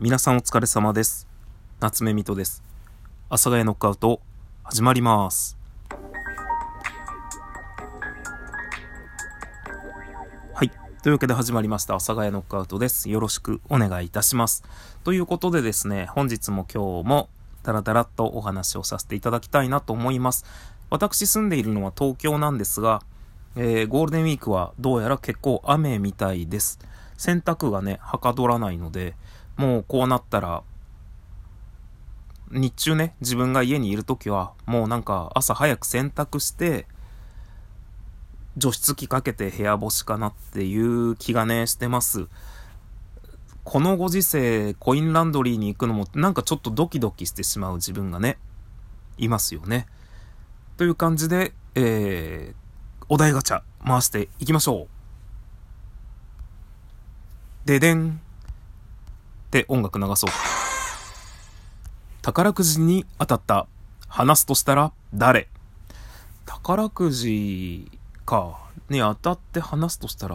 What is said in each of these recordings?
皆さんお疲れ様です。夏目みとです。阿佐ヶ谷ノックアウト始まります。はい。というわけで始まりました阿佐ヶ谷ノックアウトです。よろしくお願いいたします。ということでですね、本日も今日もダラダラっとお話をさせていただきたいなと思います。私住んでいるのは東京なんですが、ゴールデンウィークはどうやら結構雨みたいです。洗濯がね、はかどらないので、もうこうなったら、日中ね、自分が家にいるときは、もうなんか朝早く洗濯して、除湿機かけて部屋干しかなっていう気がね、してます。このご時世、コインランドリーに行くのもなんかちょっとドキドキしてしまう自分がね、いますよね。という感じで、お題ガチャ回していきましょう。ででんって音楽流そう。宝くじに当たった。話すとしたら誰？宝くじか。ね、当たって話すとしたら。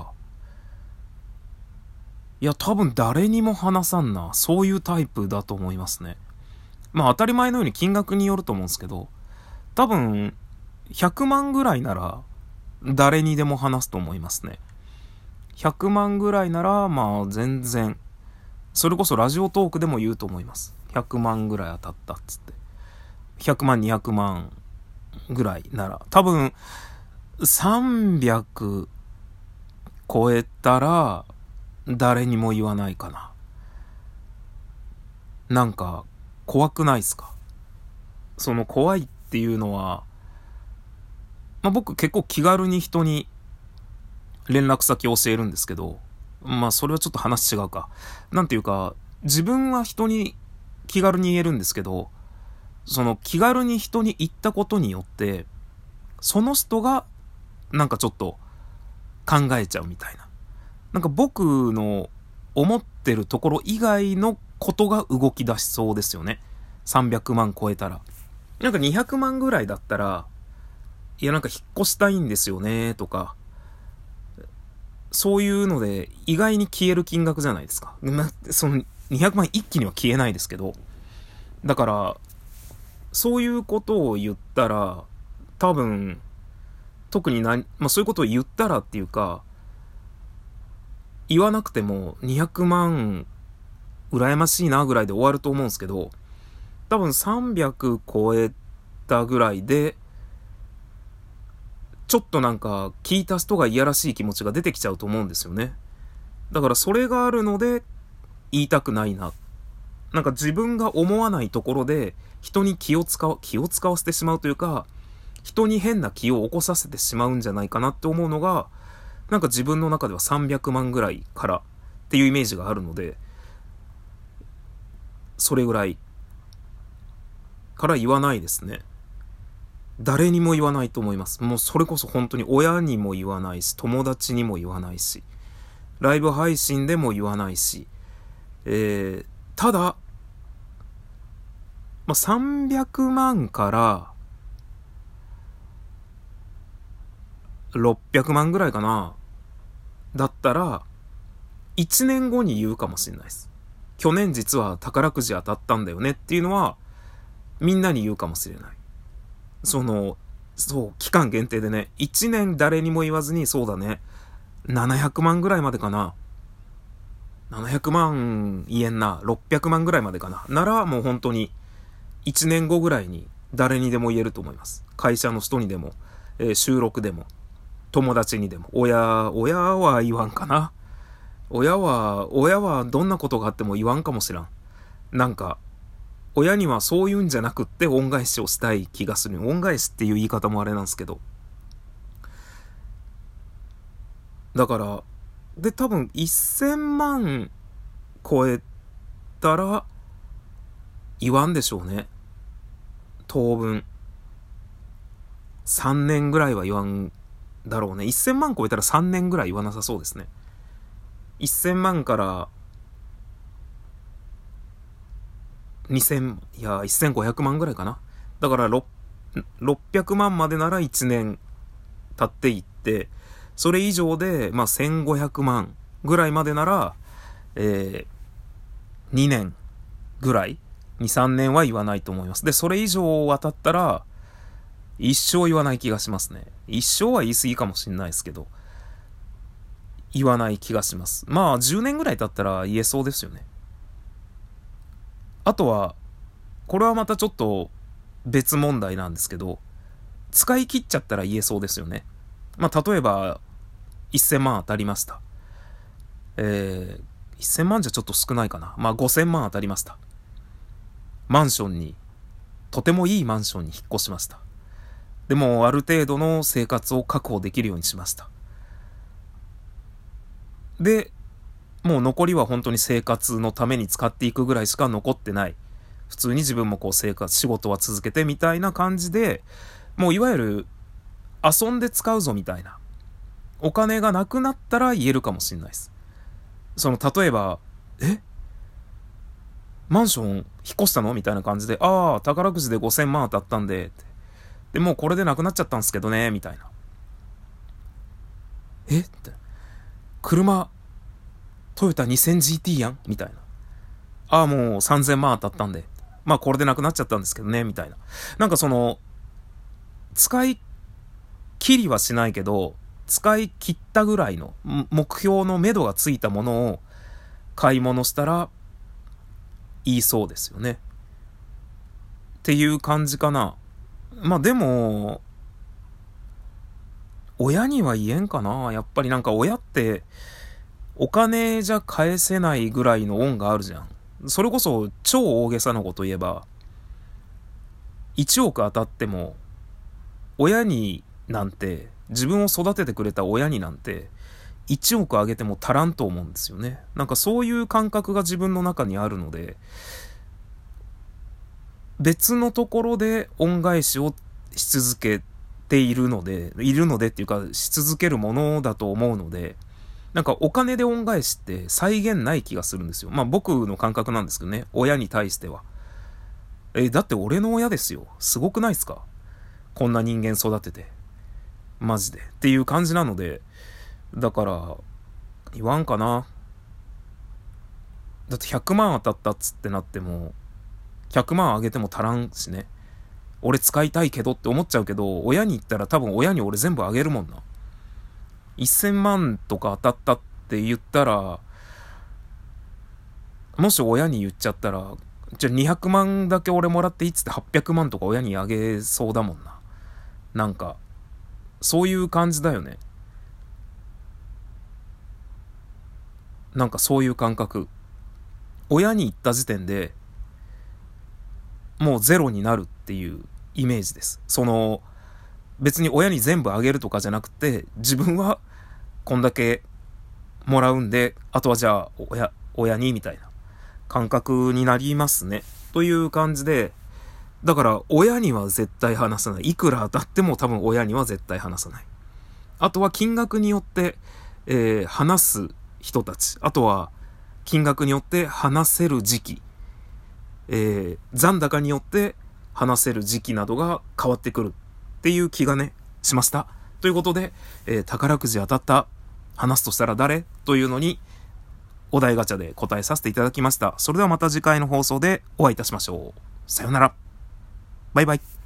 いや、多分誰にも話さんな。そういうタイプだと思いますね。まあ当たり前のように金額によると思うんですけど、多分100万ぐらいなら誰にでも話すと思いますね。100万ぐらいならまあ全然、それこそラジオトークでも言うと思います。100万ぐらい当たったっつって。100万、200万ぐらいなら。多分、300超えたら、誰にも言わないかな。なんか、怖くないっすか？その怖いっていうのは、まあ僕結構気軽に人に連絡先教えるんですけど、まあそれはちょっと話違うか。なんていうか、自分は人に気軽に言えるんですけど、その気軽に人に言ったことによって、その人がなんかちょっと考えちゃうみたいな。なんか僕の思ってるところ以外のことが動き出しそうですよね。300万超えたら。なんか200万ぐらいだったら、いやなんか引っ越したいんですよねとか、そういうので意外に消える金額じゃないですか。その200万一気には消えないですけど。だから、そういうことを言ったら、多分、特にまあそういうことを言ったらっていうか、言わなくても200万羨ましいなぐらいで終わると思うんですけど、多分300超えたぐらいで、ちょっとなんか聞いた人がいやらしい気持ちが出てきちゃうと思うんですよね。だからそれがあるので言いたくないな。なんか自分が思わないところで人に気を使わせてしまうというか、人に変な気を起こさせてしまうんじゃないかなって思うのが、なんか自分の中では300万ぐらいからっていうイメージがあるので、それぐらいから言わないですね。誰にも言わないと思います。もうそれこそ本当に親にも言わないし、友達にも言わないし、ライブ配信でも言わないし、ただ、まあ、300万から600万ぐらいかな。だったら、1年後に言うかもしれないです。去年実は宝くじ当たったんだよねっていうのは、みんなに言うかもしれない。そう、期間限定でね、1年誰にも言わずに、そうだね、700万ぐらいまでかな。700万言えんな。600万ぐらいまでかな。ならもう本当に、1年後ぐらいに誰にでも言えると思います。会社の人にでも、収録でも、友達にでも。親は言わんかな。親はどんなことがあっても言わんかもしらん。なんか、親にはそういうんじゃなくって恩返しをしたい気がする。恩返しっていう言い方もあれなんですけど。だから、で、多分1000万超えたら言わんでしょうね。当分。3年ぐらいは言わんだろうね。1000万超えたら3年ぐらい言わなさそうですね。1000万から2000、いや、1500万ぐらいかな。だから600万までなら1年経っていって、それ以上で、まあ、1500万ぐらいまでなら、 2年ぐらい、2、3年は言わないと思います。で、それ以上渡ったら、一生言わない気がしますね。一生は言い過ぎかもしれないですけど、言わない気がします。まあ、10年ぐらい経ったら言えそうですよね。あとは、これはまたちょっと別問題なんですけど、使い切っちゃったら言えそうですよね。まあ、例えば、1000万当たりました。1000万じゃちょっと少ないかな。まあ、5000万当たりました。マンションに、とてもいいマンションに引っ越しました。でも、ある程度の生活を確保できるようにしました。で、もう残りは本当に生活のために使っていくぐらいしか残ってない。普通に自分もこう仕事は続けてみたいな感じで、もういわゆる遊んで使うぞみたいな。お金がなくなったら言えるかもしれないです。例えば、マンション引っ越したのみたいな感じで、宝くじで5000万当たったんで、で、もうこれでなくなっちゃったんですけどね、みたいな。って。車、トヨタ 2000GT やんみたいな。もう3000万当たったんで。まあこれでなくなっちゃったんですけどね、みたいな。なんか使い切りはしないけど、使い切ったぐらいの目標の目処がついたものを買い物したら言いそうですよね。っていう感じかな。まあでも、親には言えんかな。やっぱりなんか親ってお金じゃ返せないぐらいの恩があるじゃん。それこそ超大げさなこと言えば、1億当たっても親になんて、自分を育ててくれた親になんて1億あげても足らんと思うんですよね。なんかそういう感覚が自分の中にあるので、別のところで恩返しをし続けているのでっていうか、し続けるものだと思うので、なんかお金で恩返しって際限ない気がするんですよ。まあ僕の感覚なんですけどね、親に対しては。だって俺の親ですよ。すごくないですか？こんな人間育てて。マジで。っていう感じなので、だから、言わんかな。だって100万当たったっつってなっても、100万あげても足らんしね。俺使いたいけどって思っちゃうけど、親に言ったら多分親に俺全部あげるもんな。1000万とか当たったって言ったら、もし親に言っちゃったら、じゃあ200万だけ俺もらっていいっつって800万とか親にあげそうだもんな。なんか、そういう感じだよね。なんかそういう感覚。親に言った時点でもうゼロになるっていうイメージです。別に親に全部あげるとかじゃなくて、自分はこんだけもらうんで、あとはじゃあ親にみたいな感覚になりますね。という感じで、だから親には絶対話さない。いくら当たっても多分親には絶対話さない。あとは金額によって、話す人たち。あとは金額によって話せる時期。残高によって話せる時期などが変わってくるっていう気がね、しました。ということで、宝くじ当たった話すとしたら誰というのにお題ガチャで答えさせていただきました。それではまた次回の放送でお会いいたしましょう。さよなら。バイバイ。